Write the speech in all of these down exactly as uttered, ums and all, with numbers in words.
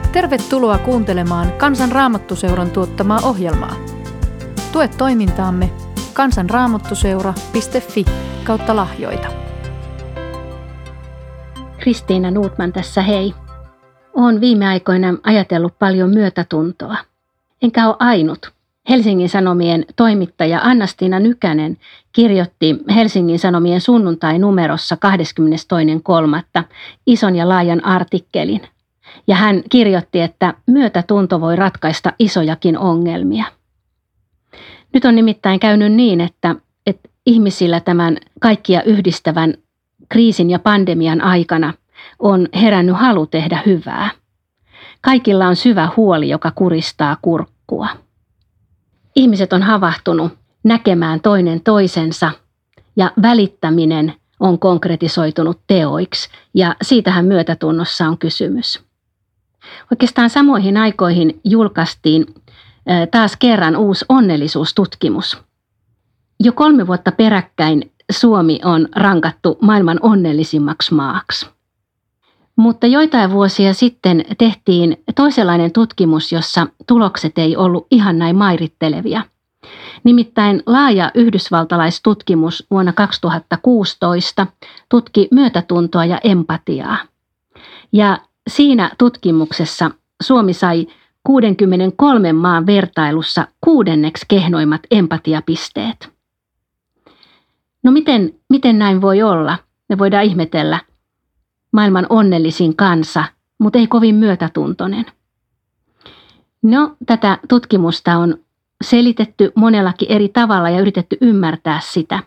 Tervetuloa kuuntelemaan Kansan Raamattuseuran tuottamaa ohjelmaa. Tue toimintaamme kansanraamattuseura piste fi kautta lahjoita. Kristiina Nuutman tässä hei. Olen viime aikoina ajatellut paljon myötätuntoa. Enkä ole ainut. Helsingin Sanomien toimittaja Anna-Stiina Nykänen kirjoitti Helsingin Sanomien sunnuntai-numerossa kahdeskymmenestoinen kolmatta ison ja laajan artikkelin. Ja hän kirjoitti, että myötätunto voi ratkaista isojakin ongelmia. Nyt on nimittäin käynyt niin, että, että ihmisillä tämän kaikkia yhdistävän kriisin ja pandemian aikana on herännyt halu tehdä hyvää. Kaikilla on syvä huoli, joka kuristaa kurkkua. Ihmiset on havahtunut näkemään toinen toisensa ja välittäminen on konkretisoitunut teoiksi ja siitähän myötätunnossa on kysymys. Oikeastaan samoihin aikoihin julkaistiin taas kerran uusi onnellisuustutkimus. Jo kolme vuotta peräkkäin Suomi on rankattu maailman onnellisimmaksi maaksi. Mutta joitain vuosia sitten tehtiin toisenlainen tutkimus, jossa tulokset ei ollut ihan näin mairittelevia. Nimittäin laaja yhdysvaltalaistutkimus vuonna kaksituhattakuusitoista tutki myötätuntoa ja empatiaa. Ja siinä tutkimuksessa Suomi sai kuudenkymmenenkolmen maan vertailussa kuudenneksi kehnoimmat empatiapisteet. No miten, miten näin voi olla? Me voidaan ihmetellä. Maailman onnellisin kansa, mutta ei kovin myötätuntoinen. No, tätä tutkimusta on selitetty monellakin eri tavalla ja yritetty ymmärtää sitä.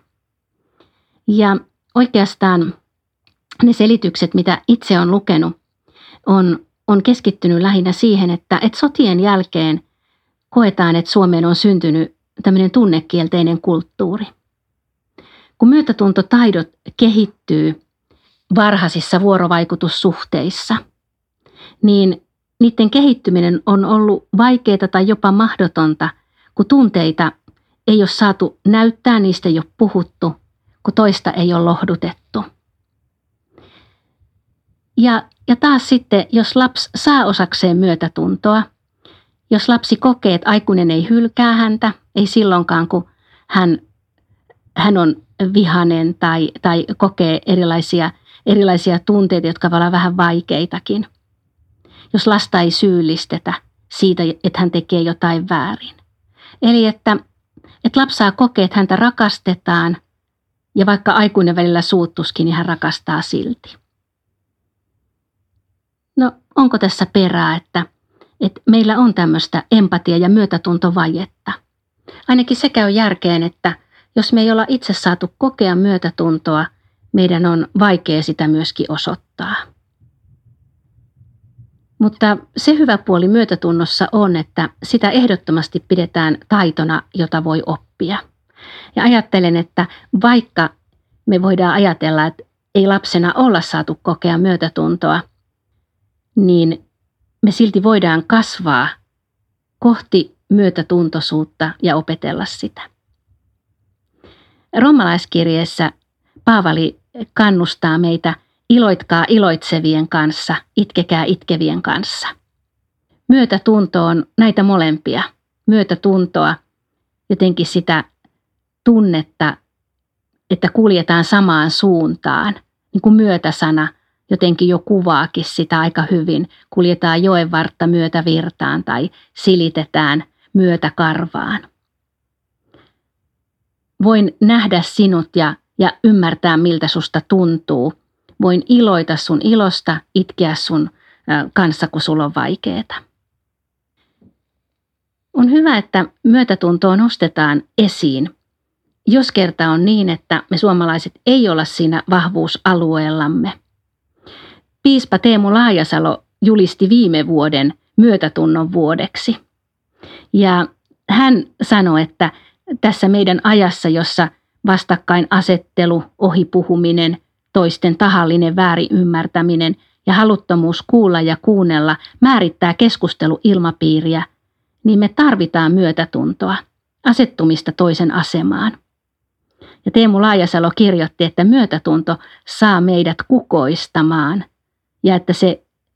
Ja oikeastaan ne selitykset, mitä itse olen lukenut, on, on keskittynyt lähinnä siihen, että, että sotien jälkeen koetaan, että Suomeen on syntynyt tämmöinen tunnekielteinen kulttuuri. Kun myötätuntotaidot kehittyy varhaisissa vuorovaikutussuhteissa, niin niiden kehittyminen on ollut vaikeaa tai jopa mahdotonta, kun tunteita ei ole saatu näyttää, niistä ei ole puhuttu, kun toista ei ole lohdutettu. Ja, ja taas sitten, jos lapsi saa osakseen myötätuntoa, jos lapsi kokee, että aikuinen ei hylkää häntä, ei silloinkaan, kun hän, hän on vihainen tai, tai kokee erilaisia erilaisia tunteita, jotka voivat olla vähän vaikeitakin. Jos lasta ei syyllistetä siitä, että hän tekee jotain väärin. Eli että, että lapsi saa kokea, että häntä rakastetaan ja vaikka aikuinen välillä suuttuskin, niin hän rakastaa silti. No onko tässä perää, että, että meillä on tämmöistä empatia- ja myötätuntovajetta? Ainakin se käy järkeen, että jos me ei olla itse saatu kokea myötätuntoa, meidän on vaikea sitä myöskin osoittaa. Mutta se hyvä puoli myötätunnossa on, että sitä ehdottomasti pidetään taitona, jota voi oppia. Ja ajattelen, että vaikka me voidaan ajatella, että ei lapsena olla saatu kokea myötätuntoa, niin me silti voidaan kasvaa kohti myötätuntoisuutta ja opetella sitä. Roomalaiskirjeessä Paavali kannustaa meitä iloitkaa iloitsevien kanssa, itkekää itkevien kanssa. Myötätunto on näitä molempia. Myötätuntoa, jotenkin sitä tunnetta, että kuljetaan samaan suuntaan. Niin kuin myötäsana jotenkin jo kuvaakin sitä aika hyvin. Kuljetaan joen vartta myötä virtaan tai silitetään myötä karvaan. Voin nähdä sinut ja Ja ymmärtää, miltä susta tuntuu. Voin iloita sun ilosta, itkeä sun kanssa, kun sulla on vaikeeta. On hyvä, että myötätuntoa nostetaan esiin. Jos kerta on niin, että me suomalaiset ei olla siinä vahvuusalueellamme. Piispa Teemu Laajasalo julisti viime vuoden myötätunnon vuodeksi. Ja hän sanoi, että tässä meidän ajassa, jossa vastakkainasettelu, ohipuhuminen, toisten tahallinen väärin ymmärtäminen ja haluttomuus kuulla ja kuunnella määrittää keskusteluilmapiiriä, niin me tarvitaan myötätuntoa, asettumista toisen asemaan. Ja Teemu Laajasalo kirjoitti, että myötätunto saa meidät kukoistamaan ja että se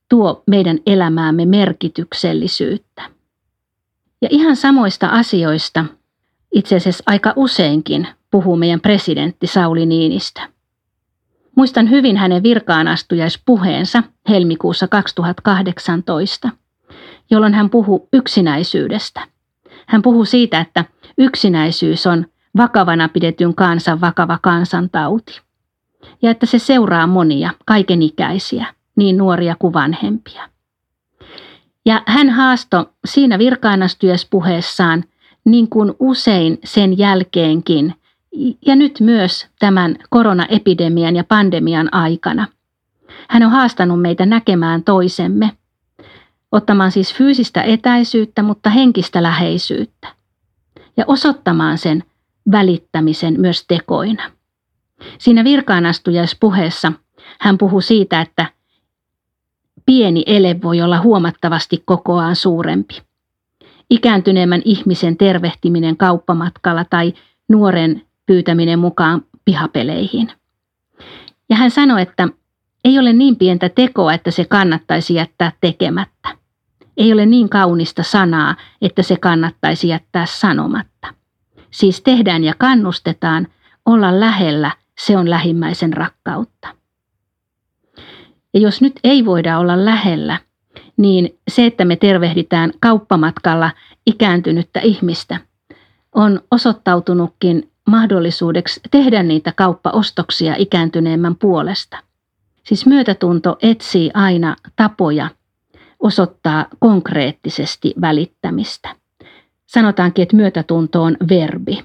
tuo meidän elämäämme merkityksellisyyttä. Ja ihan samoista asioista itse asiassa aika useinkin puhuu meidän presidentti Sauli Niinistö. Muistan hyvin hänen virkaanastujaispuheensa helmikuussa kaksituhattakahdeksantoista, jolloin hän puhui yksinäisyydestä. Hän puhui siitä, että yksinäisyys on vakavana pidetyn kansan vakava kansantauti ja että se seuraa monia kaikenikäisiä, niin nuoria kuin vanhempia. Ja hän haastoi siinä virkaanastujaispuheessaan niin kuin usein sen jälkeenkin ja nyt myös tämän koronaepidemian ja pandemian aikana. Hän on haastanut meitä näkemään toisemme, ottamaan siis fyysistä etäisyyttä, mutta henkistä läheisyyttä ja osoittamaan sen välittämisen myös tekoina. Siinä virkaanastujaispuheessa hän puhui siitä, että pieni ele voi olla huomattavasti kokoaan suurempi. Ikääntyneemmän ihmisen tervehtiminen kauppamatkalla tai nuoren pyytäminen mukaan pihapeleihin. Ja hän sanoi, että ei ole niin pientä tekoa, että se kannattaisi jättää tekemättä. Ei ole niin kaunista sanaa, että se kannattaisi jättää sanomatta. Siis tehdään ja kannustetaan, olla lähellä, se on lähimmäisen rakkautta. Ja jos nyt ei voida olla lähellä, niin se, että me tervehditään kauppamatkalla ikääntynyttä ihmistä, on osoittautunutkin mahdollisuudeksi tehdä niitä kauppaostoksia ikääntyneemmän puolesta. Siis myötätunto etsii aina tapoja osoittaa konkreettisesti välittämistä. Sanotaankin, että myötätunto on verbi.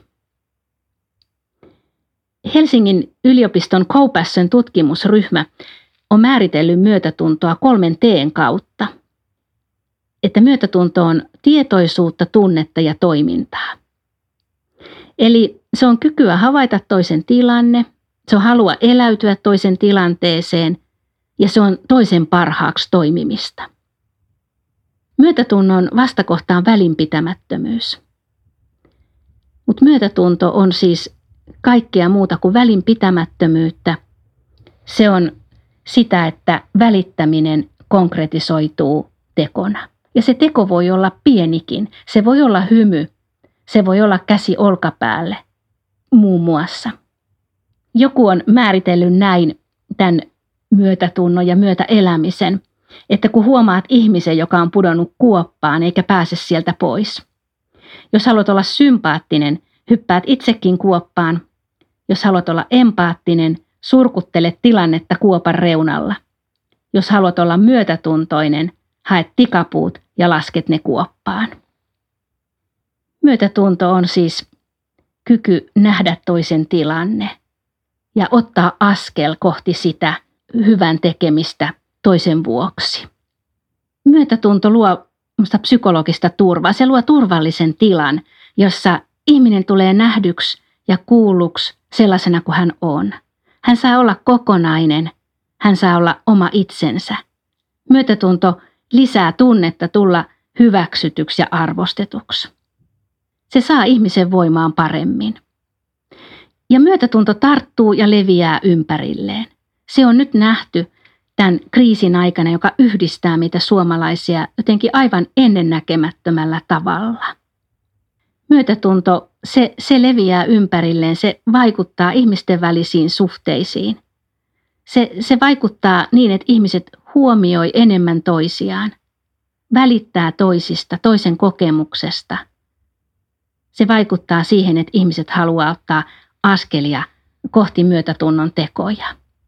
Helsingin yliopiston Compassion tutkimusryhmä on määritellyt myötätuntoa kolmen T:n kautta. Että myötätunto on tietoisuutta, tunnetta ja toimintaa. Eli se on kykyä havaita toisen tilanne, se on halua eläytyä toisen tilanteeseen ja se on toisen parhaaksi toimimista. Myötätunnon vastakohta on välinpitämättömyys. Mutta myötätunto on siis kaikkea muuta kuin välinpitämättömyyttä. Se on sitä, että välittäminen konkretisoituu tekona. Ja se teko voi olla pienikin. Se voi olla hymy. Se voi olla käsi olkapäälle muun muassa. Joku on määritellyt näin tämän myötätunnon ja myötäelämisen, että kun huomaat ihmisen, joka on pudonnut kuoppaan eikä pääse sieltä pois. Jos haluat olla sympaattinen, hyppäät itsekin kuoppaan. Jos haluat olla empaattinen, surkuttele tilannetta kuopan reunalla. Jos haluat olla myötätuntoinen, haet tikapuut ja lasket ne kuoppaan. Myötätunto on siis kyky nähdä toisen tilanne ja ottaa askel kohti sitä hyvän tekemistä toisen vuoksi. Myötätunto luo musta psykologista turvaa. Se luo turvallisen tilan, jossa ihminen tulee nähdyksi ja kuulluksi sellaisena kuin hän on. Hän saa olla kokonainen, hän saa olla oma itsensä. Myötätunto lisää tunnetta tulla hyväksytyksi ja arvostetuksi. Se saa ihmisen voimaan paremmin. Ja myötätunto tarttuu ja leviää ympärilleen. Se on nyt nähty tämän kriisin aikana, joka yhdistää meitä suomalaisia jotenkin aivan ennennäkemättömällä tavalla. Myötätunto, se, se leviää ympärilleen, se vaikuttaa ihmisten välisiin suhteisiin. Se, se vaikuttaa niin, että ihmiset huomioi enemmän toisiaan, välittää toisista, toisen kokemuksesta. Se vaikuttaa siihen, että ihmiset haluaa ottaa askelia kohti myötätunnon tekoja.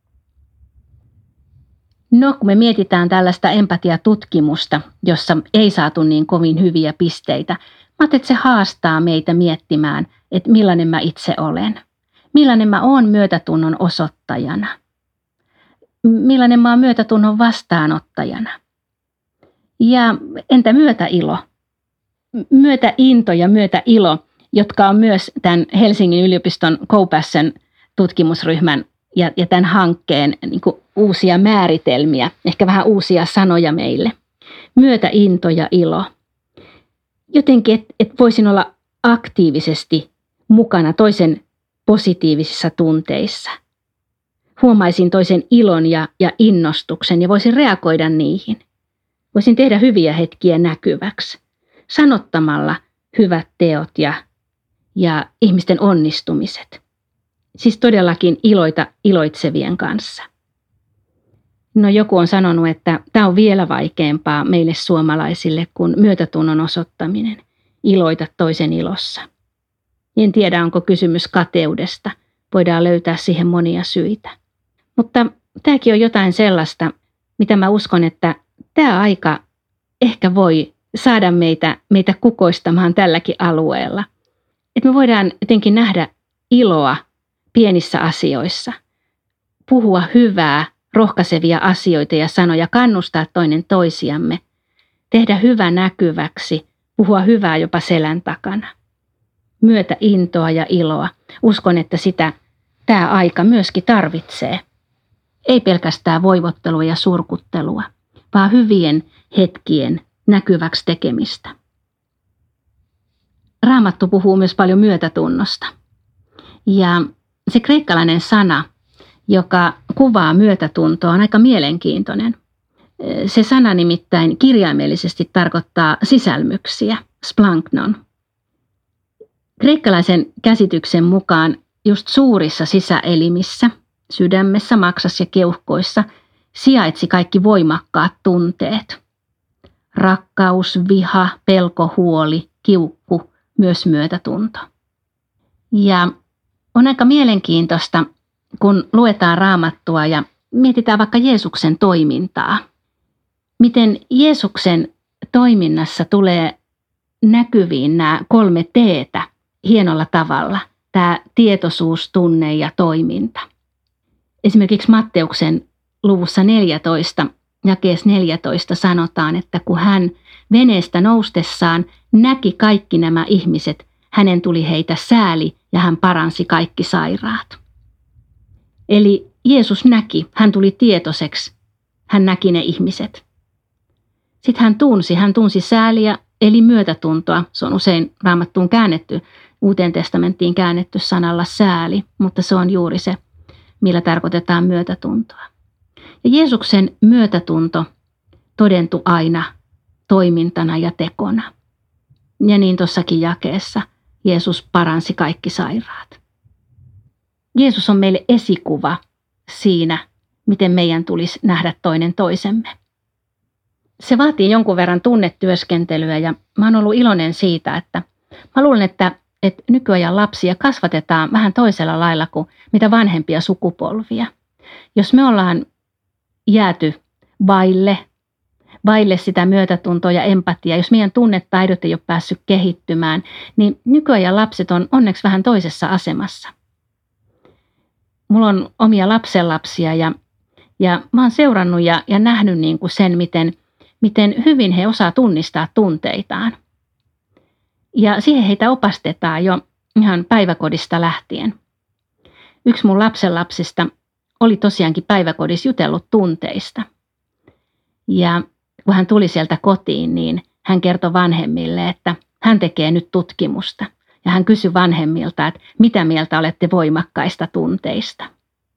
No, kun me mietitään tällaista empatiatutkimusta, jossa ei saatu niin kovin hyviä pisteitä, mä ajattelin, että se haastaa meitä miettimään, että millainen mä itse olen. Millainen mä oon myötätunnon osoittajana. Millainen mä oon myötätunnon vastaanottajana. Ja entä myötäilo? Myötäinto ja myötäilo, jotka on myös tämän Helsingin yliopiston Compassion tutkimusryhmän ja, ja tämän hankkeen niin kuin uusia määritelmiä, ehkä vähän uusia sanoja meille. Myötäinto ja ilo. Jotenkin, että et voisin olla aktiivisesti mukana toisen positiivisissa tunteissa. Huomaisin toisen ilon ja, ja innostuksen ja voisin reagoida niihin. Voisin tehdä hyviä hetkiä näkyväksi, sanottamalla hyvät teot ja, ja ihmisten onnistumiset. Siis todellakin iloita iloitsevien kanssa. No joku on sanonut, että tämä on vielä vaikeampaa meille suomalaisille kuin myötätunnon osoittaminen, iloita toisen ilossa. En tiedä, onko kysymys kateudesta. Voidaan löytää siihen monia syitä. Mutta tämäkin on jotain sellaista, mitä mä uskon, että tämä aika ehkä voi saada meitä, meitä kukoistamaan tälläkin alueella. Että me voidaan jotenkin nähdä iloa pienissä asioissa, puhua hyvää, rohkaisevia asioita ja sanoja, kannustaa toinen toisiamme, tehdä hyvä näkyväksi, puhua hyvää jopa selän takana. Myötä intoa ja iloa. Uskon, että sitä tämä aika myöskin tarvitsee. Ei pelkästään voivottelua ja surkuttelua, vaan hyvien hetkien näkyväksi tekemistä. Raamattu puhuu myös paljon myötätunnosta. Ja se kreikkalainen sana, joka kuvaa myötätuntoa, on aika mielenkiintoinen. Se sana nimittäin kirjaimellisesti tarkoittaa sisälmyksiä, splanknon. Kreikkalaisen käsityksen mukaan just suurissa sisäelimissä, sydämessä, maksassa ja keuhkoissa sijaitsi kaikki voimakkaat tunteet. Rakkaus, viha, pelko, huoli, kiukku, myös myötätunto. Ja on aika mielenkiintoista, kun luetaan Raamattua ja mietitään vaikka Jeesuksen toimintaa. Miten Jeesuksen toiminnassa tulee näkyviin nämä kolme teetä hienolla tavalla. Tämä tietoisuus, tunne ja toiminta. Esimerkiksi Matteuksen luvussa neljätoista, jakeessa neljätoista sanotaan, että kun hän veneestä noustessaan näki kaikki nämä ihmiset, hänen tuli heitä sääli ja hän paransi kaikki sairaat. Eli Jeesus näki, hän tuli tietoiseksi, hän näki ne ihmiset. Sitten hän tunsi, hän tunsi sääliä eli myötätuntoa. Se on usein Raamattuun käännetty, Uuteen testamenttiin käännetty sanalla sääli, mutta se on juuri se, millä tarkoitetaan myötätuntoa. Ja Jeesuksen myötätunto todentui aina toimintana ja tekona. Ja niin tuossakin jakeessa Jeesus paransi kaikki sairaat. Jeesus on meille esikuva siinä, miten meidän tulisi nähdä toinen toisemme. Se vaatii jonkun verran tunnetyöskentelyä ja mä oon ollut iloinen siitä, että mä luulen, että, että nykyajan lapsia kasvatetaan vähän toisella lailla kuin mitä vanhempia sukupolvia. Jos me ollaan jääty vaille, vaille sitä myötätuntoa ja empatiaa, jos meidän tunnetaidot ei ole päässyt kehittymään, niin nykyajan lapset on onneksi vähän toisessa asemassa. Mulla on omia lapsenlapsia ja, ja mä oon seurannut ja, ja nähnyt niin kuin sen, miten, miten hyvin he osaa tunnistaa tunteitaan. Ja siihen heitä opastetaan jo ihan päiväkodista lähtien. Yksi mun lapsenlapsista oli tosiaankin päiväkodissa jutellut tunteista. Ja kun hän tuli sieltä kotiin, niin hän kertoi vanhemmille, että hän tekee nyt tutkimusta. Ja hän kysyi vanhemmilta, että mitä mieltä olette voimakkaista tunteista.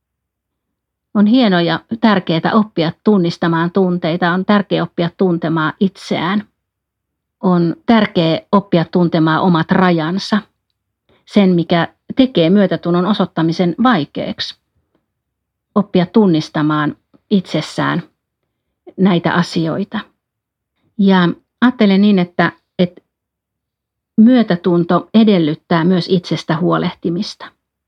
On hienoa ja tärkeää oppia tunnistamaan tunteita, on tärkeää oppia tuntemaan itseään. On tärkeää oppia tuntemaan omat rajansa, sen mikä tekee myötätunnon osoittamisen vaikeaksi. Oppia tunnistamaan itsessään näitä asioita. Ja ajattelen niin, että, että myötätunto edellyttää myös itsestä huolehtimista.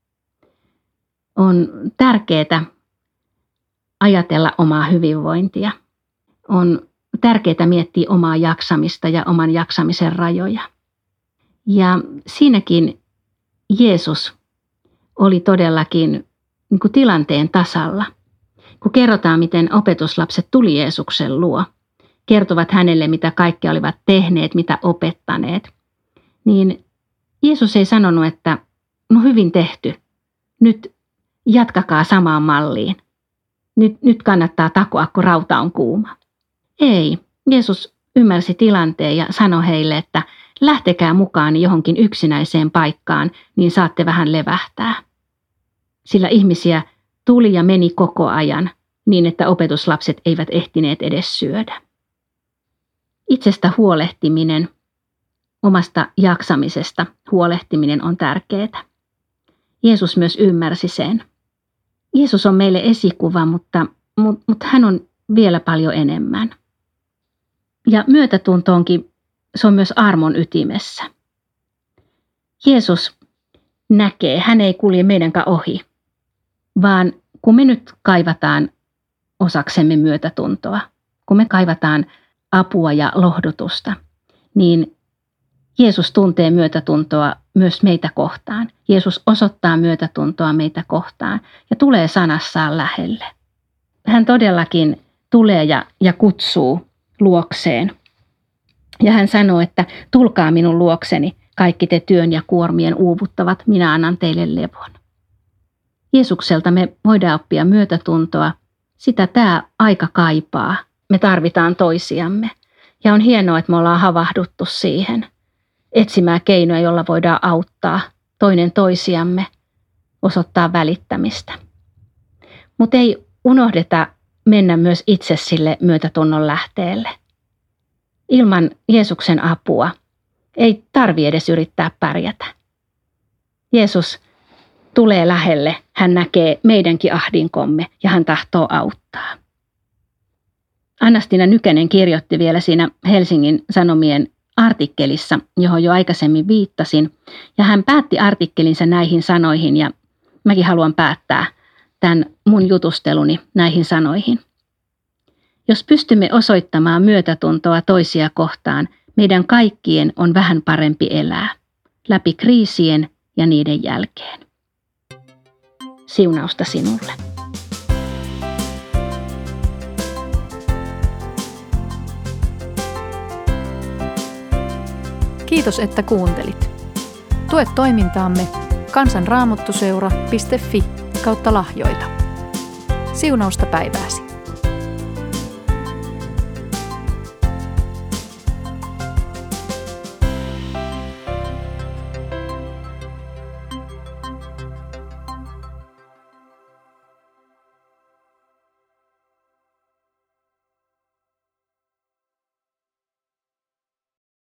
On tärkeää ajatella omaa hyvinvointia. On tärkeää miettiä omaa jaksamista ja oman jaksamisen rajoja. Ja siinäkin Jeesus oli todellakin niin kuin tilanteen tasalla. Kun kerrotaan, miten opetuslapset tuli Jeesuksen luo, kertovat hänelle, mitä kaikki olivat tehneet, mitä opettaneet, niin Jeesus ei sanonut, että no hyvin tehty, nyt jatkakaa samaan malliin. Nyt, nyt kannattaa takoa, kun rauta on kuuma. Ei, Jeesus ymmärsi tilanteen ja sanoi heille, että lähtekää mukaan johonkin yksinäiseen paikkaan, niin saatte vähän levähtää. Sillä ihmisiä tuli ja meni koko ajan niin, että opetuslapset eivät ehtineet edes syödä. Itsestä huolehtiminen, omasta jaksamisesta huolehtiminen on tärkeää. Jeesus myös ymmärsi sen. Jeesus on meille esikuva, mutta, mutta, mutta hän on vielä paljon enemmän. Ja myötätunto onkin, se on myös armon ytimessä. Jeesus näkee, hän ei kulje meidänkään ohi, vaan kun me nyt kaivataan osaksemme myötätuntoa, kun me kaivataan apua ja lohdutusta, niin Jeesus tuntee myötätuntoa myös meitä kohtaan. Jeesus osoittaa myötätuntoa meitä kohtaan ja tulee sanassaan lähelle. Hän todellakin tulee ja, ja kutsuu luokseen. Ja hän sanoo, että tulkaa minun luokseni, kaikki te työn ja kuormien uuvuttavat, minä annan teille levon. Jeesukselta me voidaan oppia myötätuntoa, sitä tämä aika kaipaa. Me tarvitaan toisiamme ja on hienoa, että me ollaan havahduttu siihen, etsimään keinoja, joilla voidaan auttaa toinen toisiamme, osoittaa välittämistä. Mutta ei unohdeta mennä myös itse sille myötätunnon lähteelle. Ilman Jeesuksen apua ei tarvitse edes yrittää pärjätä. Jeesus tulee lähelle, hän näkee meidänkin ahdinkomme ja hän tahtoo auttaa. Anna-Stiina Nykänen kirjoitti vielä siinä Helsingin Sanomien artikkelissa, johon jo aikaisemmin viittasin, ja hän päätti artikkelinsa näihin sanoihin, ja mäkin haluan päättää tämän mun jutusteluni näihin sanoihin. Jos pystymme osoittamaan myötätuntoa toisia kohtaan, meidän kaikkien on vähän parempi elää, läpi kriisien ja niiden jälkeen. Siunausta sinulle. Kiitos, että kuuntelit. Tue toimintaamme kansanraamattuseura piste fi kautta lahjoita. Siunausta päivääsi.